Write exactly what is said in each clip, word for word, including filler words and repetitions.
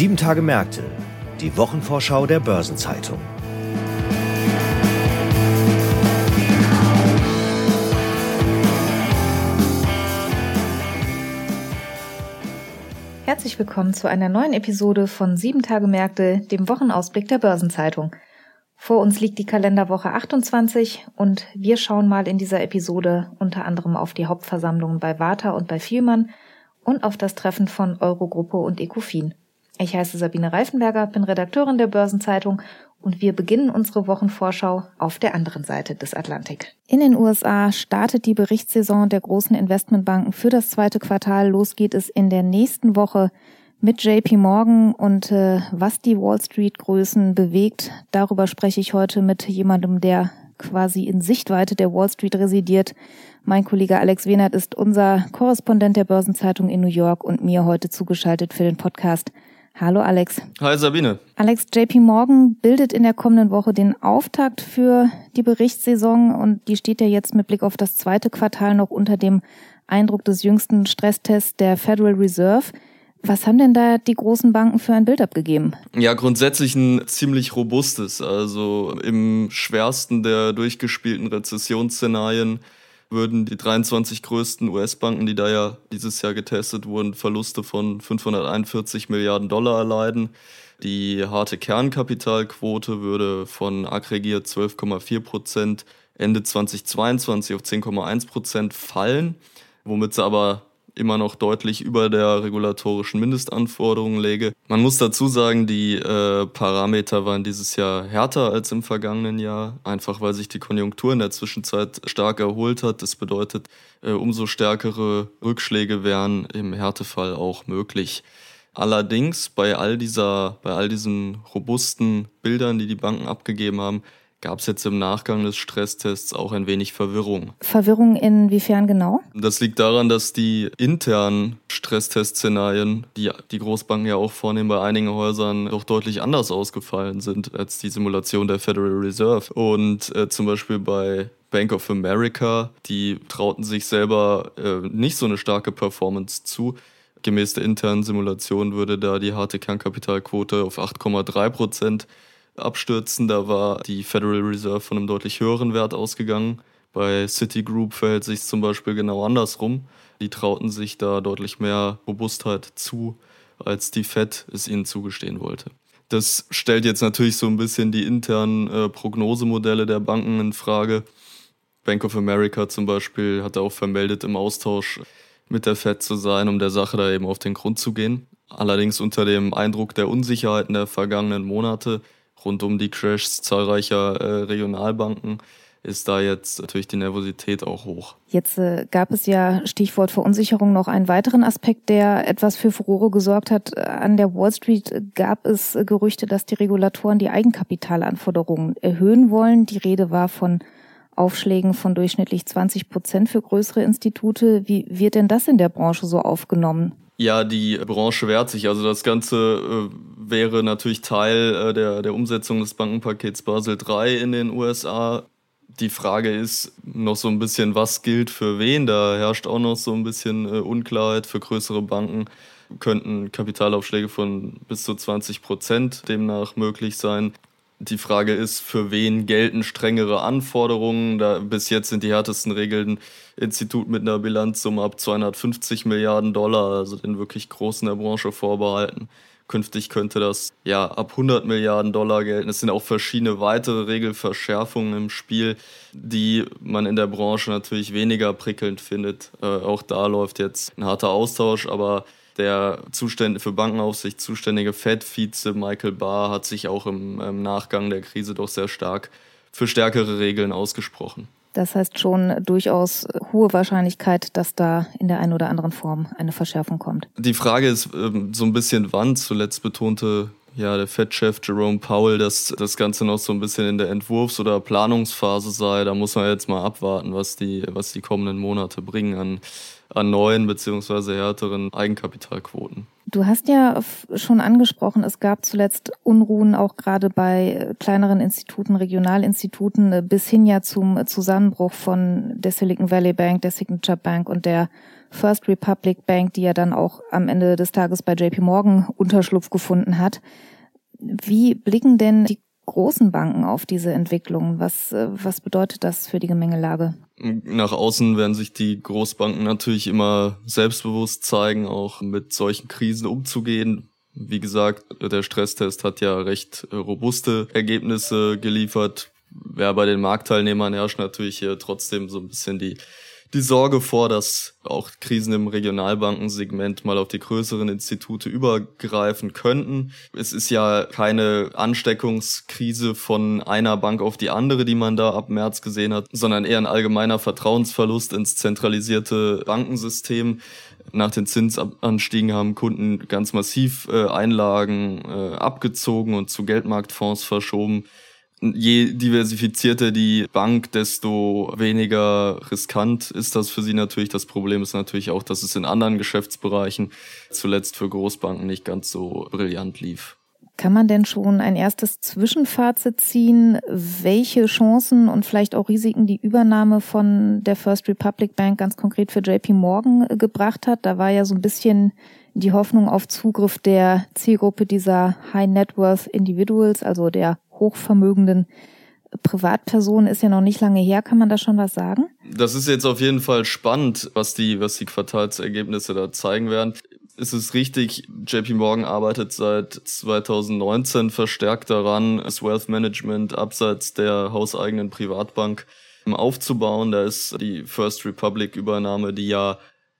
Sieben Tage Märkte, die Wochenvorschau der Börsenzeitung. Herzlich willkommen zu einer neuen Episode von Sieben Tage Märkte, dem Wochenausblick der Börsenzeitung. Vor uns liegt die Kalenderwoche achtundzwanzig und wir schauen mal in dieser Episode unter anderem auf die Hauptversammlungen bei Warta und bei Fielmann und auf das Treffen von Eurogruppe und Ecofin. Ich heiße Sabine Reifenberger, bin Redakteurin der Börsenzeitung und wir beginnen unsere Wochenvorschau auf der anderen Seite des Atlantik. In den U S A startet die Berichtssaison der großen Investmentbanken für das zweite Quartal. Los geht es in der nächsten Woche mit J P Morgan und äh, was die Wall Street Größen bewegt, darüber spreche ich heute mit jemandem, der quasi in Sichtweite der Wall Street residiert. Mein Kollege Alex Wehnert ist unser Korrespondent der Börsenzeitung in New York und mir heute zugeschaltet für den Podcast. Hallo Alex. Hi Sabine. Alex, J P Morgan bildet in der kommenden Woche den Auftakt für die Berichtssaison und die steht ja jetzt mit Blick auf das zweite Quartal noch unter dem Eindruck des jüngsten Stresstests der Federal Reserve. Was haben denn da die großen Banken für ein Bild abgegeben? Ja, grundsätzlich ein ziemlich robustes. Also im schwersten der durchgespielten Rezessionsszenarien würden die dreiundzwanzig größten U S-Banken, die da ja dieses Jahr getestet wurden, Verluste von fünfhunderteinundvierzig Milliarden Dollar erleiden. Die harte Kernkapitalquote würde von aggregiert zwölf Komma vier Prozent Ende zweitausendzweiundzwanzig auf zehn Komma eins Prozent fallen, womit sie aber immer noch deutlich über der regulatorischen Mindestanforderungen läge. Man muss dazu sagen, die äh, Parameter waren dieses Jahr härter als im vergangenen Jahr, einfach weil sich die Konjunktur in der Zwischenzeit stark erholt hat. Das bedeutet, äh, umso stärkere Rückschläge wären im Härtefall auch möglich. Allerdings bei all dieser, bei all diesen robusten Bildern, die die Banken abgegeben haben, gab es jetzt im Nachgang des Stresstests auch ein wenig Verwirrung. Verwirrung inwiefern genau? Das liegt daran, dass die internen Stresstest-Szenarien, die die Großbanken ja auch vornehmen bei einigen Häusern, doch deutlich anders ausgefallen sind als die Simulation der Federal Reserve. Und äh, zum Beispiel bei Bank of America, die trauten sich selber äh, nicht so eine starke Performance zu. Gemäß der internen Simulation würde da die harte Kernkapitalquote auf acht Komma drei Prozent abstürzen. Da war die Federal Reserve von einem deutlich höheren Wert ausgegangen. Bei Citigroup verhält sich es zum Beispiel genau andersrum. Die trauten sich da deutlich mehr Robustheit zu, als die Fed es ihnen zugestehen wollte. Das stellt jetzt natürlich so ein bisschen die internen äh, Prognosemodelle der Banken in Frage. Bank of America zum Beispiel hat auch vermeldet, im Austausch mit der Fed zu sein, um der Sache da eben auf den Grund zu gehen. Allerdings unter dem Eindruck der Unsicherheiten der vergangenen Monate rund um die Crashs zahlreicher äh, Regionalbanken ist da jetzt natürlich die Nervosität auch hoch. Jetzt äh, gab es ja, Stichwort Verunsicherung, noch einen weiteren Aspekt, der etwas für Furore gesorgt hat. An der Wall Street gab es äh, Gerüchte, dass die Regulatoren die Eigenkapitalanforderungen erhöhen wollen. Die Rede war von Aufschlägen von durchschnittlich zwanzig Prozent für größere Institute. Wie wird denn das in der Branche so aufgenommen? Ja, die Branche wehrt sich. Also das Ganze äh, wäre natürlich Teil äh, der, der Umsetzung des Bankenpakets Basel drei in den U S A. Die Frage ist noch so ein bisschen, was gilt für wen. Da herrscht auch noch so ein bisschen äh, Unklarheit. Für größere Banken könnten Kapitalaufschläge von bis zu zwanzig Prozent demnach möglich sein. Die Frage ist, für wen gelten strengere Anforderungen? Da bis jetzt sind die härtesten Regeln Institut mit einer Bilanzsumme ab zweihundertfünfzig Milliarden Dollar, also den wirklich großen der Branche, vorbehalten. Künftig könnte das ja ab hundert Milliarden Dollar gelten. Es sind auch verschiedene weitere Regelverschärfungen im Spiel, die man in der Branche natürlich weniger prickelnd findet. Äh, auch da läuft jetzt ein harter Austausch, aber der Zuständige für Bankenaufsicht zuständige Fed-Vize Michael Barr hat sich auch im, im Nachgang der Krise doch sehr stark für stärkere Regeln ausgesprochen. Das heißt schon durchaus hohe Wahrscheinlichkeit, dass da in der einen oder anderen Form eine Verschärfung kommt. Die Frage ist ähm, so ein bisschen wann. Zuletzt betonte ja der Fed-Chef Jerome Powell, dass das Ganze noch so ein bisschen in der Entwurfs- oder Planungsphase sei. Da muss man jetzt mal abwarten, was die, was die kommenden Monate bringen an an neuen bzw. härteren Eigenkapitalquoten. Du hast ja schon angesprochen, es gab zuletzt Unruhen auch gerade bei kleineren Instituten, Regionalinstituten, bis hin ja zum Zusammenbruch von der Silicon Valley Bank, der Signature Bank und der First Republic Bank, die ja dann auch am Ende des Tages bei J P Morgan Unterschlupf gefunden hat. Wie blicken denn die großen Banken auf diese Entwicklung? Was, was bedeutet das für die Gemengelage? Nach außen werden sich die Großbanken natürlich immer selbstbewusst zeigen, auch mit solchen Krisen umzugehen. Wie gesagt, der Stresstest hat ja recht robuste Ergebnisse geliefert. Ja, bei den Marktteilnehmern herrscht natürlich hier trotzdem so ein bisschen die Die Sorge vor, dass auch Krisen im Regionalbankensegment mal auf die größeren Institute übergreifen könnten. Es ist ja keine Ansteckungskrise von einer Bank auf die andere, die man da ab März gesehen hat, sondern eher ein allgemeiner Vertrauensverlust ins zentralisierte Bankensystem. Nach den Zinsanstiegen haben Kunden ganz massiv äh, Einlagen äh, abgezogen und zu Geldmarktfonds verschoben. Je diversifizierter die Bank, desto weniger riskant ist das für sie natürlich. Das Problem ist natürlich auch, dass es in anderen Geschäftsbereichen zuletzt für Großbanken nicht ganz so brillant lief. Kann man denn schon ein erstes Zwischenfazit ziehen, welche Chancen und vielleicht auch Risiken die Übernahme von der First Republic Bank ganz konkret für J P Morgan gebracht hat? Da war ja so ein bisschen die Hoffnung auf Zugriff der Zielgruppe dieser High Net Worth Individuals, also der hochvermögenden Privatpersonen, ist ja noch nicht lange her. Kann man da schon was sagen? Das ist jetzt auf jeden Fall spannend, was die, was die Quartalsergebnisse da zeigen werden. Es ist richtig, J P Morgan arbeitet seit zweitausendneunzehn verstärkt daran, das Wealth Management abseits der hauseigenen Privatbank aufzubauen. Da ist die First Republic Übernahme, die ja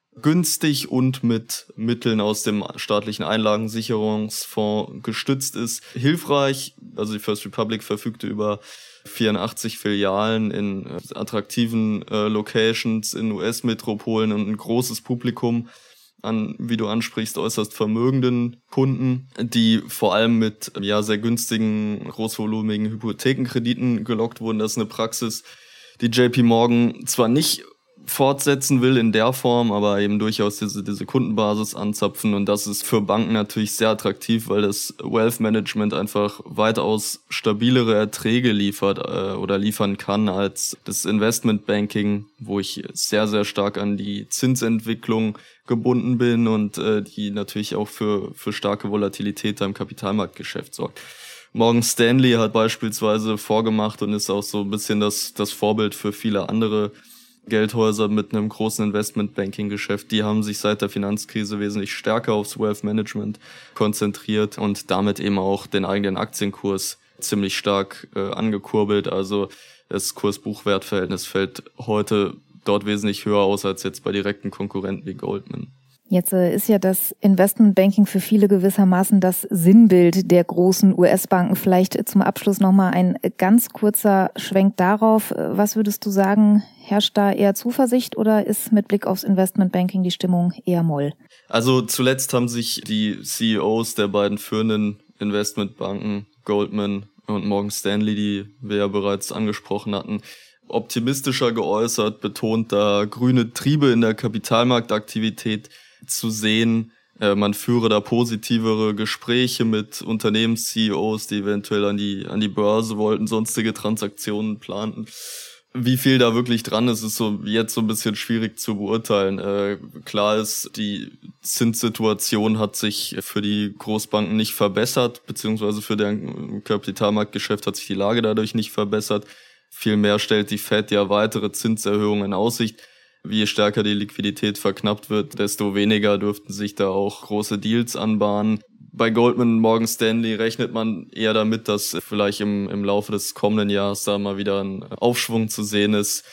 günstig und mit Mitteln aus dem staatlichen Einlagensicherungsfonds gestützt ist, hilfreich. Also die First Republic verfügte über vierundachtzig Filialen in attraktiven äh, Locations in U S-Metropolen und ein großes Publikum an, wie du ansprichst, äußerst vermögenden Kunden, die vor allem mit ja sehr günstigen, großvolumigen Hypothekenkrediten gelockt wurden. Das ist eine Praxis, die J P Morgan zwar nicht fortsetzen will in der Form, aber eben durchaus diese, diese Kundenbasis anzapfen, und das ist für Banken natürlich sehr attraktiv, weil das Wealth Management einfach weitaus stabilere Erträge liefert äh, oder liefern kann als das Investment Banking, wo ich sehr, sehr stark an die Zinsentwicklung gebunden bin und äh, die natürlich auch für, für starke Volatilität im Kapitalmarktgeschäft sorgt. Morgan Stanley hat beispielsweise vorgemacht und ist auch so ein bisschen das, das Vorbild für viele andere Geldhäuser mit einem großen Investment-Banking-Geschäft. Die haben sich seit der Finanzkrise wesentlich stärker aufs Wealth Management konzentriert und damit eben auch den eigenen Aktienkurs ziemlich stark äh, angekurbelt. Also das Kurs-Buchwert-Verhältnis fällt heute dort wesentlich höher aus als jetzt bei direkten Konkurrenten wie Goldman. Jetzt äh, ist ja das Investmentbanking für viele gewissermaßen das Sinnbild der großen U S-Banken. Vielleicht zum Abschluss nochmal ein ganz kurzer Schwenk darauf. Was würdest du sagen, herrscht da eher Zuversicht oder ist mit Blick aufs Investmentbanking die Stimmung eher Moll? Also zuletzt haben sich die C E Os der beiden führenden Investmentbanken, Goldman und Morgan Stanley, die wir ja bereits angesprochen hatten, optimistischer geäußert, betont da grüne Triebe in der Kapitalmarktaktivität zu sehen. Äh, man führe da positivere Gespräche mit Unternehmens-C E Os, die eventuell an die an die Börse wollten, sonstige Transaktionen planten. Wie viel da wirklich dran ist, ist so jetzt so ein bisschen schwierig zu beurteilen. Äh, klar ist, die Zinssituation hat sich für die Großbanken nicht verbessert, beziehungsweise für deren Kapitalmarktgeschäft hat sich die Lage dadurch nicht verbessert. Vielmehr stellt die Fed ja weitere Zinserhöhungen in Aussicht. Je stärker die Liquidität verknappt wird, desto weniger dürften sich da auch große Deals anbahnen. Bei Goldman und Morgan Stanley rechnet man eher damit, dass vielleicht im, im Laufe des kommenden Jahres da mal wieder ein Aufschwung zu sehen ist.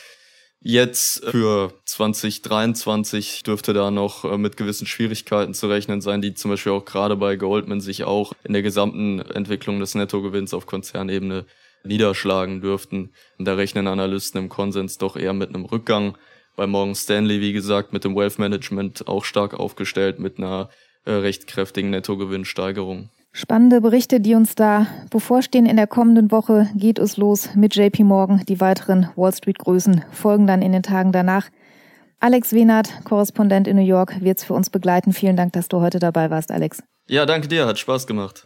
Jetzt für zwanzig dreiundzwanzig dürfte da noch mit gewissen Schwierigkeiten zu rechnen sein, die zum Beispiel auch gerade bei Goldman sich auch in der gesamten Entwicklung des Nettogewinns auf Konzernebene niederschlagen dürften. Und da rechnen Analysten im Konsens doch eher mit einem Rückgang. Bei Morgan Stanley, wie gesagt, mit dem Wealth Management auch stark aufgestellt, mit einer äh, recht kräftigen Nettogewinnsteigerung. Spannende Berichte, die uns da bevorstehen. In der kommenden Woche geht es los mit J P Morgan. Die weiteren Wall Street Größen folgen dann in den Tagen danach. Alex Wehnert, Korrespondent in New York, wird es für uns begleiten. Vielen Dank, dass du heute dabei warst, Alex. Ja, danke dir, hat Spaß gemacht.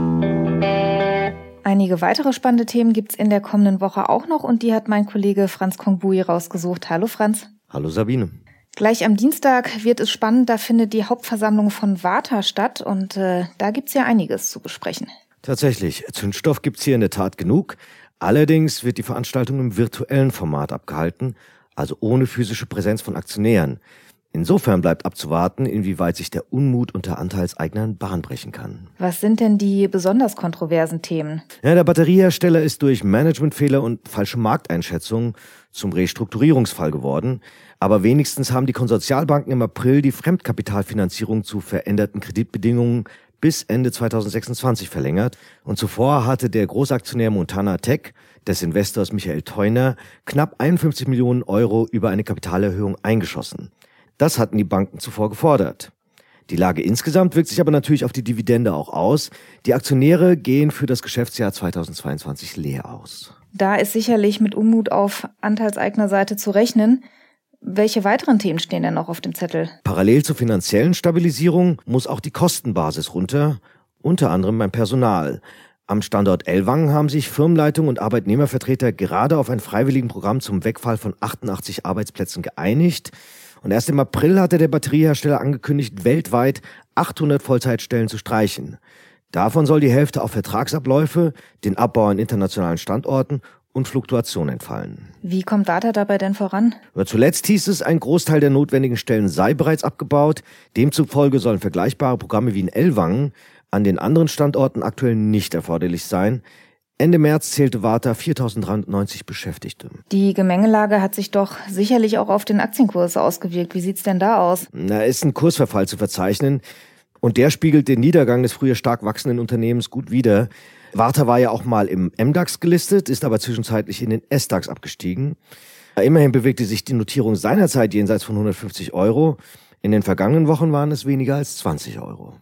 Einige weitere spannende Themen gibt's in der kommenden Woche auch noch und die hat mein Kollege Franz Kongbui rausgesucht. Hallo Franz. Hallo Sabine. Gleich am Dienstag wird es spannend, da findet die Hauptversammlung von Varta statt und äh, da gibt's ja einiges zu besprechen. Tatsächlich, Zündstoff gibt's hier in der Tat genug. Allerdings wird die Veranstaltung im virtuellen Format abgehalten, also ohne physische Präsenz von Aktionären. Insofern bleibt abzuwarten, inwieweit sich der Unmut unter Anteilseignern Bahn brechen kann. Was sind denn die besonders kontroversen Themen? Ja, der Batteriehersteller ist durch Managementfehler und falsche Markteinschätzungen zum Restrukturierungsfall geworden. Aber wenigstens haben die Konsortialbanken im April die Fremdkapitalfinanzierung zu veränderten Kreditbedingungen bis Ende zweitausendsechsundzwanzig verlängert. Und zuvor hatte der Großaktionär Montana Tech des Investors Michael Theuner knapp einundfünfzig Millionen Euro über eine Kapitalerhöhung eingeschossen. Das hatten die Banken zuvor gefordert. Die Lage insgesamt wirkt sich aber natürlich auf die Dividende auch aus. Die Aktionäre gehen für das Geschäftsjahr zweitausendzweiundzwanzig leer aus. Da ist sicherlich mit Unmut auf Anteilseignerseite zu rechnen. Welche weiteren Themen stehen denn noch auf dem Zettel? Parallel zur finanziellen Stabilisierung muss auch die Kostenbasis runter, unter anderem beim Personal. Am Standort Ellwangen haben sich Firmenleitung und Arbeitnehmervertreter gerade auf ein freiwilligen Programm zum Wegfall von achtundachtzig Arbeitsplätzen geeinigt. Und erst im April hatte der Batteriehersteller angekündigt, weltweit achthundert Vollzeitstellen zu streichen. Davon soll die Hälfte auf Vertragsabläufe, den Abbau an internationalen Standorten und Fluktuation entfallen. Wie kommt Varta dabei denn voran? Aber zuletzt hieß es, ein Großteil der notwendigen Stellen sei bereits abgebaut. Demzufolge sollen vergleichbare Programme wie in Ellwangen an den anderen Standorten aktuell nicht erforderlich sein. Ende März zählte Varta viertausenddreihundertneunzig Beschäftigte. Die Gemengelage hat sich doch sicherlich auch auf den Aktienkurs ausgewirkt. Wie sieht's denn da aus? Da ist ein Kursverfall zu verzeichnen und der spiegelt den Niedergang des früher stark wachsenden Unternehmens gut wider. Varta war ja auch mal im M DAX gelistet, ist aber zwischenzeitlich in den S DAX abgestiegen. Immerhin bewegte sich die Notierung seinerzeit jenseits von hundertfünfzig Euro. In den vergangenen Wochen waren es weniger als zwanzig Euro.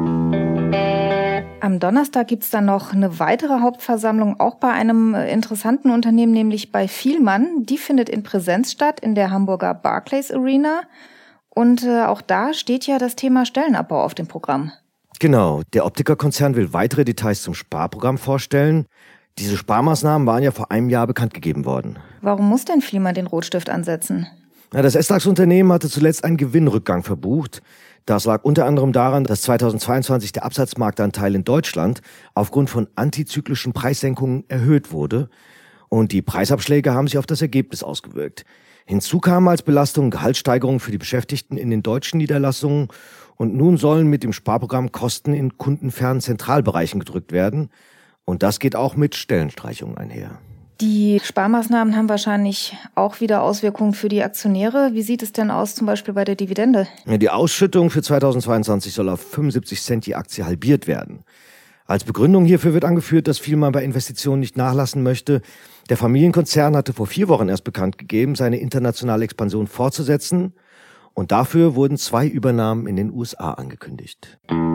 Am Donnerstag gibt's dann noch eine weitere Hauptversammlung, auch bei einem interessanten Unternehmen, nämlich bei Vielmann. Die findet in Präsenz statt, in der Hamburger Barclays Arena. Und äh, auch da steht ja das Thema Stellenabbau auf dem Programm. Genau, der Optikerkonzern will weitere Details zum Sparprogramm vorstellen. Diese Sparmaßnahmen waren ja vor einem Jahr bekannt gegeben worden. Warum muss denn Vielmann den Rotstift ansetzen? Ja, das S DAX-Unternehmen hatte zuletzt einen Gewinnrückgang verbucht. Das lag unter anderem daran, dass zweitausendzweiundzwanzig der Absatzmarktanteil in Deutschland aufgrund von antizyklischen Preissenkungen erhöht wurde. Und die Preisabschläge haben sich auf das Ergebnis ausgewirkt. Hinzu kamen als Belastung Gehaltssteigerungen für die Beschäftigten in den deutschen Niederlassungen. Und nun sollen mit dem Sparprogramm Kosten in kundenfernen Zentralbereichen gedrückt werden. Und das geht auch mit Stellenstreichungen einher. Die Sparmaßnahmen haben wahrscheinlich auch wieder Auswirkungen für die Aktionäre. Wie sieht es denn aus zum Beispiel bei der Dividende? Die Ausschüttung für zweitausendzweiundzwanzig soll auf fünfundsiebzig Cent die Aktie halbiert werden. Als Begründung hierfür wird angeführt, dass Vielmann bei Investitionen nicht nachlassen möchte. Der Familienkonzern hatte vor vier Wochen erst bekannt gegeben, seine internationale Expansion fortzusetzen. Und dafür wurden zwei Übernahmen in den U S A angekündigt.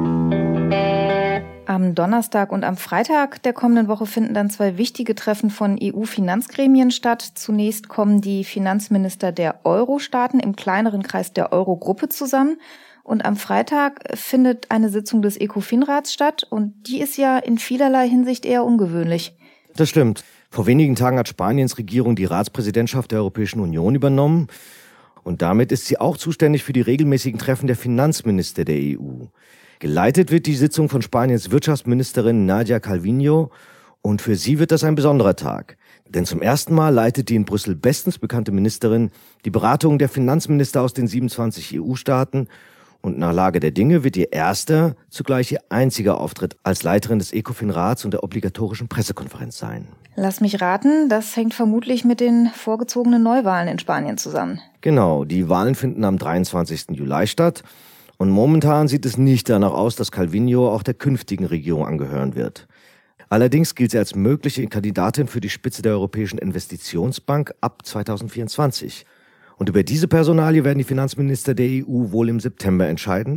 Am Donnerstag und am Freitag der kommenden Woche finden dann zwei wichtige Treffen von E U-Finanzgremien statt. Zunächst kommen die Finanzminister der Euro-Staaten im kleineren Kreis der Euro-Gruppe zusammen. Und am Freitag findet eine Sitzung des ECOFIN-Rats statt. Und die ist ja in vielerlei Hinsicht eher ungewöhnlich. Das stimmt. Vor wenigen Tagen hat Spaniens Regierung die Ratspräsidentschaft der Europäischen Union übernommen. Und damit ist sie auch zuständig für die regelmäßigen Treffen der Finanzminister der E U. Geleitet wird die Sitzung von Spaniens Wirtschaftsministerin Nadia Calviño und für sie wird das ein besonderer Tag. Denn zum ersten Mal leitet die in Brüssel bestens bekannte Ministerin die Beratungen der Finanzminister aus den siebenundzwanzig E U-Staaten und nach Lage der Dinge wird ihr erster, zugleich ihr einziger Auftritt als Leiterin des ECOFIN-Rats und der obligatorischen Pressekonferenz sein. Lass mich raten, das hängt vermutlich mit den vorgezogenen Neuwahlen in Spanien zusammen. Genau, die Wahlen finden am dreiundzwanzigsten Juli statt. Und momentan sieht es nicht danach aus, dass Calviño auch der künftigen Regierung angehören wird. Allerdings gilt sie als mögliche Kandidatin für die Spitze der Europäischen Investitionsbank ab zweitausendvierundzwanzig. Und über diese Personalie werden die Finanzminister der E U wohl im September entscheiden.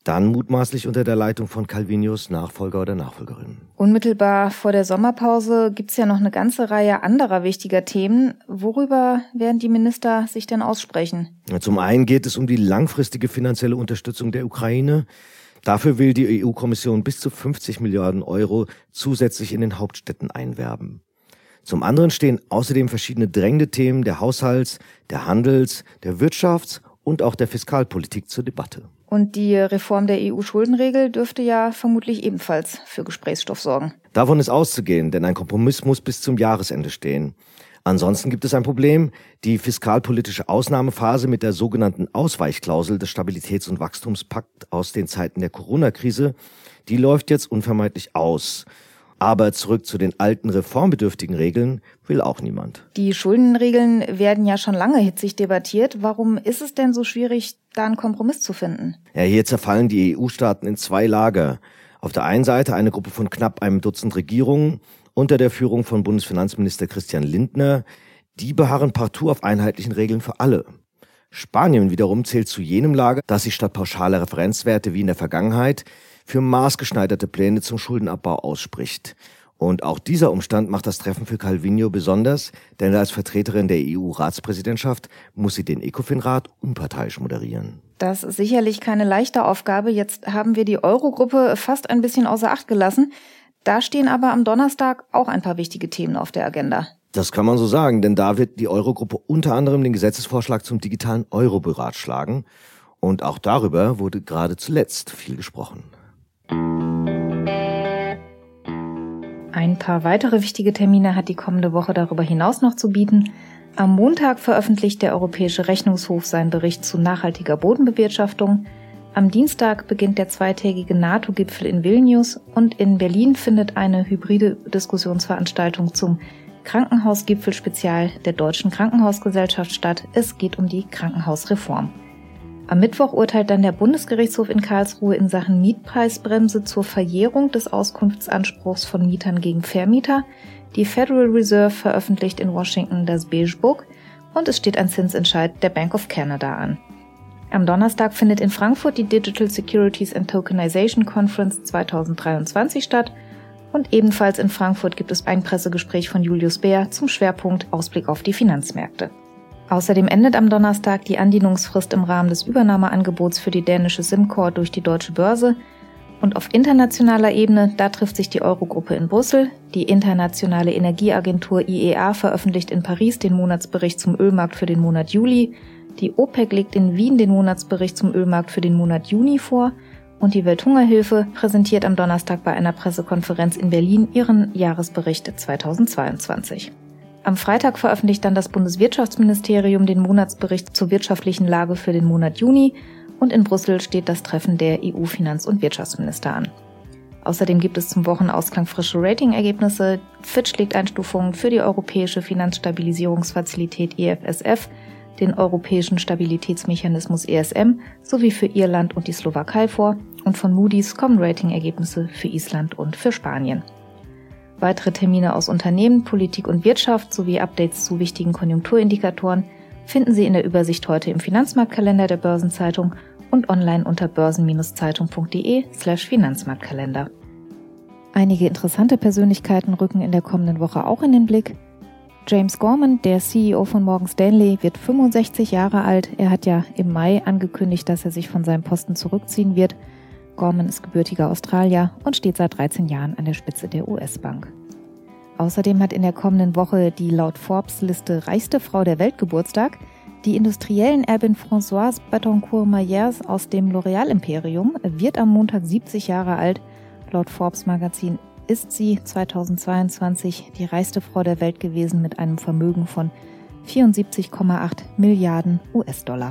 Dann mutmaßlich unter der Leitung von Calvinos Nachfolger oder Nachfolgerin. Unmittelbar vor der Sommerpause gibt es ja noch eine ganze Reihe anderer wichtiger Themen. Worüber werden die Minister sich denn aussprechen? Zum einen geht es um die langfristige finanzielle Unterstützung der Ukraine. Dafür will die E U-Kommission bis zu fünfzig Milliarden Euro zusätzlich in den Hauptstädten einwerben. Zum anderen stehen außerdem verschiedene drängende Themen der Haushalts-, der Handels-, der Wirtschafts- und auch der Fiskalpolitik zur Debatte. Und die Reform der E U-Schuldenregel dürfte ja vermutlich ebenfalls für Gesprächsstoff sorgen. Davon ist auszugehen, denn ein Kompromiss muss bis zum Jahresende stehen. Ansonsten gibt es ein Problem. Die fiskalpolitische Ausnahmephase mit der sogenannten Ausweichklausel des Stabilitäts- und Wachstumspakts aus den Zeiten der Corona-Krise, die läuft jetzt unvermeidlich aus. Aber zurück zu den alten reformbedürftigen Regeln will auch niemand. Die Schuldenregeln werden ja schon lange hitzig debattiert. Warum ist es denn so schwierig, da einen Kompromiss zu finden? Ja, hier zerfallen die E U-Staaten in zwei Lager. Auf der einen Seite eine Gruppe von knapp einem Dutzend Regierungen unter der Führung von Bundesfinanzminister Christian Lindner. Die beharren partout auf einheitlichen Regeln für alle. Spanien wiederum zählt zu jenem Lager, das sich statt pauschaler Referenzwerte wie in der Vergangenheit für maßgeschneiderte Pläne zum Schuldenabbau ausspricht. Und auch dieser Umstand macht das Treffen für Calvino besonders, denn als Vertreterin der E U-Ratspräsidentschaft muss sie den ECOFIN-Rat unparteiisch moderieren. Das ist sicherlich keine leichte Aufgabe. Jetzt haben wir die Eurogruppe fast ein bisschen außer Acht gelassen. Da stehen aber am Donnerstag auch ein paar wichtige Themen auf der Agenda. Das kann man so sagen, denn da wird die Eurogruppe unter anderem den Gesetzesvorschlag zum digitalen Euro beratschlagen. Und auch darüber wurde gerade zuletzt viel gesprochen. Ein paar weitere wichtige Termine hat die kommende Woche darüber hinaus noch zu bieten. Am Montag veröffentlicht der Europäische Rechnungshof seinen Bericht zu nachhaltiger Bodenbewirtschaftung. Am Dienstag beginnt der zweitägige NATO-Gipfel in Vilnius und in Berlin findet eine hybride Diskussionsveranstaltung zum Krankenhausgipfel-Spezial der Deutschen Krankenhausgesellschaft statt. Es geht um die Krankenhausreform. Am Mittwoch urteilt dann der Bundesgerichtshof in Karlsruhe in Sachen Mietpreisbremse zur Verjährung des Auskunftsanspruchs von Mietern gegen Vermieter. Die Federal Reserve veröffentlicht in Washington das Beige Book und es steht ein Zinsentscheid der Bank of Canada an. Am Donnerstag findet in Frankfurt die Digital Securities and Tokenization Conference zweitausenddreiundzwanzig statt und ebenfalls in Frankfurt gibt es ein Pressegespräch von Julius Baer zum Schwerpunkt Ausblick auf die Finanzmärkte. Außerdem endet am Donnerstag die Andienungsfrist im Rahmen des Übernahmeangebots für die dänische SimCorp durch die Deutsche Börse. Und auf internationaler Ebene, da trifft sich die Eurogruppe in Brüssel. Die internationale Energieagentur I E A veröffentlicht in Paris den Monatsbericht zum Ölmarkt für den Monat Juli. Die OPEC legt in Wien den Monatsbericht zum Ölmarkt für den Monat Juni vor. Und die Welthungerhilfe präsentiert am Donnerstag bei einer Pressekonferenz in Berlin ihren Jahresbericht zweitausendzweiundzwanzig. Am Freitag veröffentlicht dann das Bundeswirtschaftsministerium den Monatsbericht zur wirtschaftlichen Lage für den Monat Juni und in Brüssel steht das Treffen der E U-Finanz- und Wirtschaftsminister an. Außerdem gibt es zum Wochenausklang frische Ratingergebnisse. Fitch legt Einstufungen für die Europäische Finanzstabilisierungsfazilität E F S F, den Europäischen Stabilitätsmechanismus E S M sowie für Irland und die Slowakei vor und von Moody's kommen Ratingergebnisse für Island und für Spanien. Weitere Termine aus Unternehmen, Politik und Wirtschaft sowie Updates zu wichtigen Konjunkturindikatoren finden Sie in der Übersicht heute im Finanzmarktkalender der Börsenzeitung und online unter börsen-zeitung.de slash Finanzmarktkalender. Einige interessante Persönlichkeiten rücken in der kommenden Woche auch in den Blick. James Gorman, der C E O von Morgan Stanley, wird fünfundsechzig Jahre alt. Er hat ja im Mai angekündigt, dass er sich von seinem Posten zurückziehen wird. Gorman ist gebürtiger Australier und steht seit dreizehn Jahren an der Spitze der U S-Bank. Außerdem hat in der kommenden Woche die laut Forbes-Liste reichste Frau der Welt Geburtstag. Die industriellen Erbin Françoise Bettencourt-Meyers aus dem L'Oreal-Imperium wird am Montag siebzig Jahre alt. Laut Forbes-Magazin ist sie zweitausendzweiundzwanzig die reichste Frau der Welt gewesen mit einem Vermögen von vierundsiebzig Komma acht Milliarden U S-Dollar.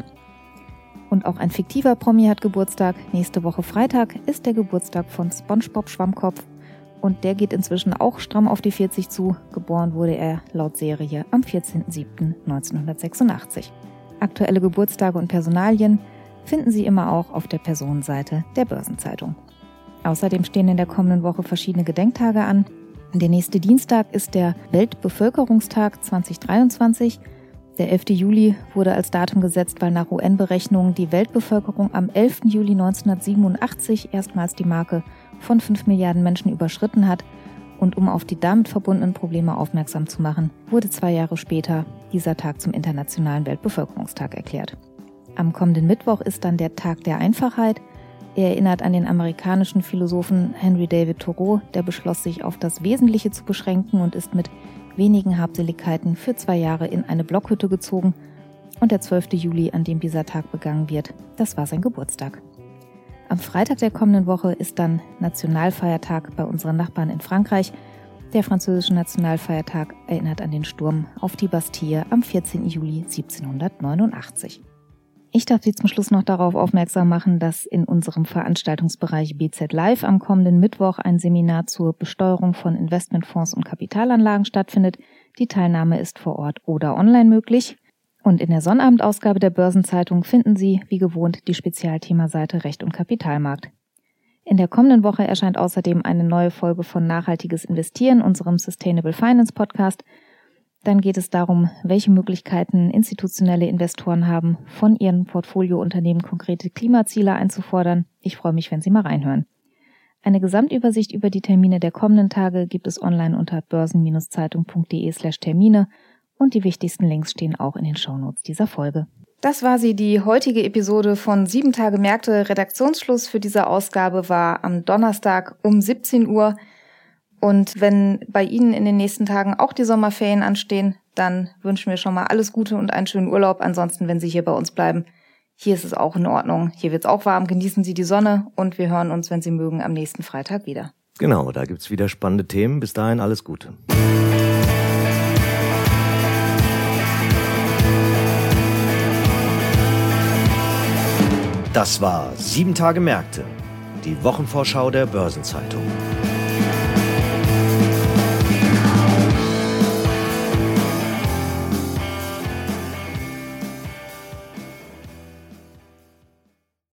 Und auch ein fiktiver Promi hat Geburtstag. Nächste Woche Freitag ist der Geburtstag von SpongeBob Schwammkopf. Und der geht inzwischen auch stramm auf die vierzig zu. Geboren wurde er laut Serie am vierzehnten siebten neunzehnhundertsechsundachtzig. Aktuelle Geburtstage und Personalien finden Sie immer auch auf der Personenseite der Börsenzeitung. Außerdem stehen in der kommenden Woche verschiedene Gedenktage an. Der nächste Dienstag ist der Weltbevölkerungstag zweitausenddreiundzwanzig. Der elfter Juli wurde als Datum gesetzt, weil nach U N-Berechnungen die Weltbevölkerung am elfter Juli neunzehnhundertsiebenundachtzig erstmals die Marke von fünf Milliarden Menschen überschritten hat. Und um auf die damit verbundenen Probleme aufmerksam zu machen, wurde zwei Jahre später dieser Tag zum Internationalen Weltbevölkerungstag erklärt. Am kommenden Mittwoch ist dann der Tag der Einfachheit. Er erinnert an den amerikanischen Philosophen Henry David Thoreau, der beschloss, sich auf das Wesentliche zu beschränken und ist mit wenigen Habseligkeiten für zwei Jahre in eine Blockhütte gezogen. Und der zwölfter Juli, an dem dieser Tag begangen wird, das war sein Geburtstag. Am Freitag der kommenden Woche ist dann Nationalfeiertag bei unseren Nachbarn in Frankreich. Der französische Nationalfeiertag erinnert an den Sturm auf die Bastille am vierzehnten Juli siebzehnhundertneunundachtzig. Ich darf Sie zum Schluss noch darauf aufmerksam machen, dass in unserem Veranstaltungsbereich B Z Live am kommenden Mittwoch ein Seminar zur Besteuerung von Investmentfonds und Kapitalanlagen stattfindet. Die Teilnahme ist vor Ort oder online möglich. Und in der Sonnabendausgabe der Börsenzeitung finden Sie, wie gewohnt, die Spezialthemaseite Recht und Kapitalmarkt. In der kommenden Woche erscheint außerdem eine neue Folge von Nachhaltiges Investieren, unserem Sustainable Finance Podcast. Dann geht es darum, welche Möglichkeiten institutionelle Investoren haben, von ihren Portfoliounternehmen konkrete Klimaziele einzufordern. Ich freue mich, wenn Sie mal reinhören. Eine Gesamtübersicht über die Termine der kommenden Tage gibt es online unter börsen-zeitung.de slash Termine. Und die wichtigsten Links stehen auch in den Shownotes dieser Folge. Das war sie, die heutige Episode von sieben Tage Märkte. Redaktionsschluss für diese Ausgabe war am Donnerstag um siebzehn Uhr. Und wenn bei Ihnen in den nächsten Tagen auch die Sommerferien anstehen, dann wünschen wir schon mal alles Gute und einen schönen Urlaub. Ansonsten, wenn Sie hier bei uns bleiben, hier ist es auch in Ordnung. Hier wird es auch warm, genießen Sie die Sonne und wir hören uns, wenn Sie mögen, am nächsten Freitag wieder. Genau, da gibt's wieder spannende Themen. Bis dahin alles Gute. Das war sieben Tage Märkte, die Wochenvorschau der Börsenzeitung.